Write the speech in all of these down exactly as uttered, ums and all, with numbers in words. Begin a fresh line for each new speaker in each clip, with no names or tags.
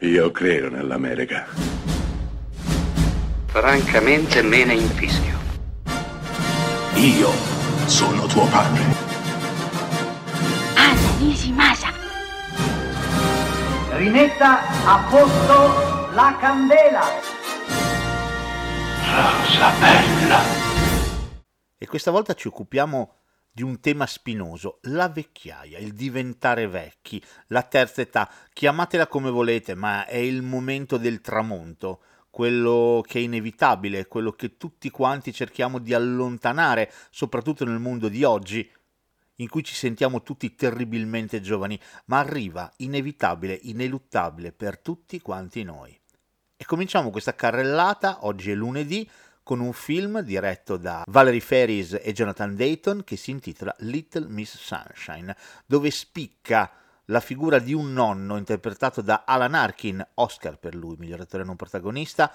Io credo nell'America.
Francamente me ne infischio.
Io sono tuo padre.
Anna Nishimasa.
Rimetta a posto la candela.
Rosa bella.
E questa volta ci occupiamo di un tema spinoso, la vecchiaia, il diventare vecchi, la terza età, chiamatela come volete, ma è il momento del tramonto, quello che è inevitabile, quello che tutti quanti cerchiamo di allontanare, soprattutto nel mondo di oggi, in cui ci sentiamo tutti terribilmente giovani, ma arriva inevitabile, ineluttabile per tutti quanti noi. E cominciamo questa carrellata, oggi è lunedì, con un film diretto da Valerie Faris e Jonathan Dayton che si intitola Little Miss Sunshine, dove spicca la figura di un nonno interpretato da Alan Arkin, Oscar per lui, miglior attore non protagonista,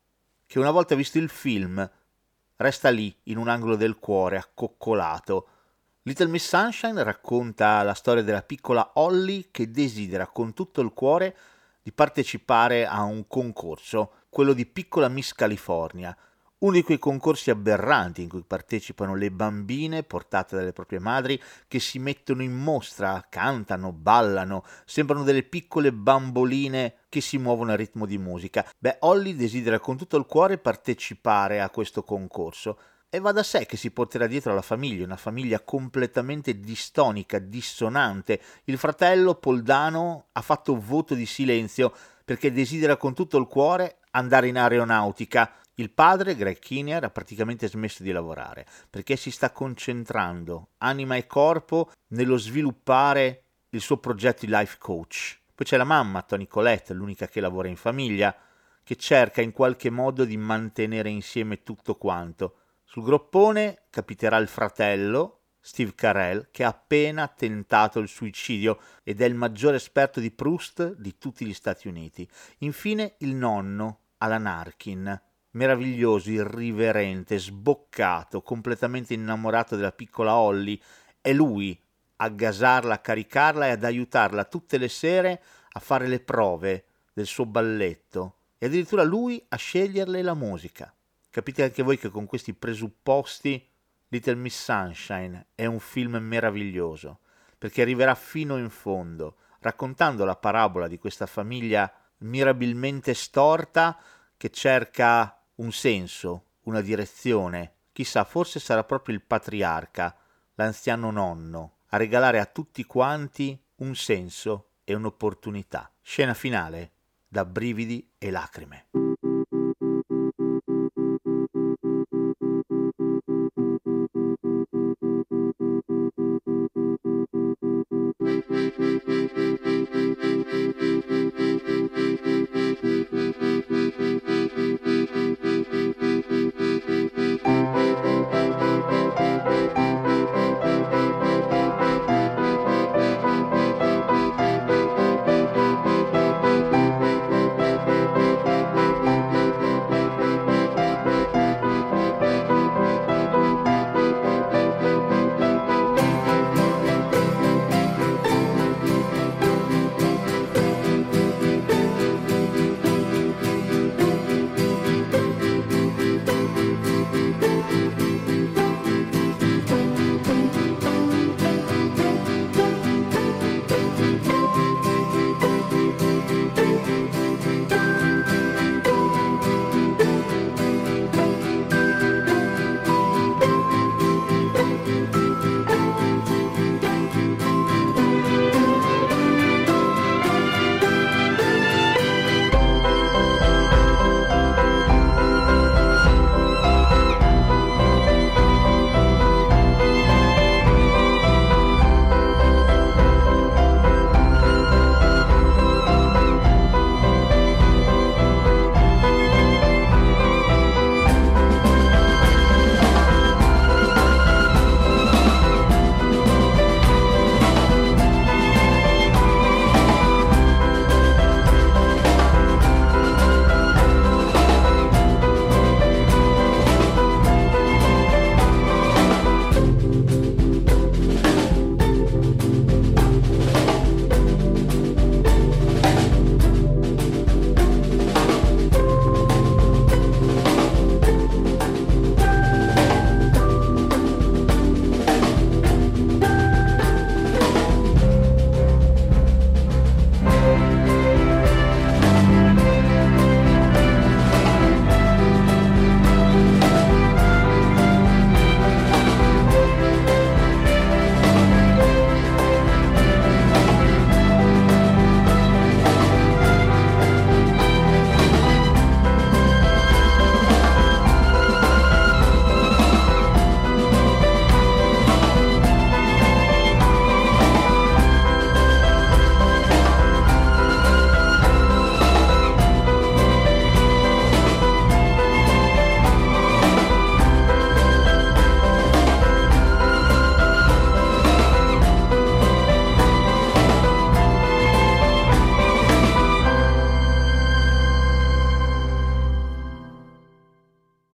che una volta visto il film resta lì, in un angolo del cuore, accoccolato. Little Miss Sunshine racconta la storia della piccola Holly che desidera con tutto il cuore di partecipare a un concorso, quello di Piccola Miss California, uno di quei concorsi aberranti in cui partecipano le bambine portate dalle proprie madri che si mettono in mostra, cantano, ballano, sembrano delle piccole bamboline che si muovono al ritmo di musica. Beh, Holly desidera con tutto il cuore partecipare a questo concorso e va da sé che si porterà dietro la famiglia, una famiglia completamente distonica, dissonante. Il fratello Poldano ha fatto voto di silenzio perché desidera con tutto il cuore andare in aeronautica. Il padre, Greg Kinnear, ha praticamente smesso di lavorare perché si sta concentrando, anima e corpo, nello sviluppare il suo progetto di life coach. Poi c'è la mamma, Toni Collette, l'unica che lavora in famiglia, che cerca in qualche modo di mantenere insieme tutto quanto. Sul groppone capiterà il fratello, Steve Carell, che ha appena tentato il suicidio ed è il maggiore esperto di Proust di tutti gli Stati Uniti. Infine il nonno, Alan Arkin, meraviglioso, irriverente, sboccato, completamente innamorato della piccola Holly. È lui a gasarla, a caricarla e ad aiutarla tutte le sere a fare le prove del suo balletto e addirittura lui a sceglierle la musica. Capite anche voi che con questi presupposti Little Miss Sunshine è un film meraviglioso, perché arriverà fino in fondo, raccontando la parabola di questa famiglia mirabilmente storta che cerca un senso, una direzione. Chissà, forse sarà proprio il patriarca, l'anziano nonno, a regalare a tutti quanti un senso e un'opportunità. Scena finale, da brividi e lacrime.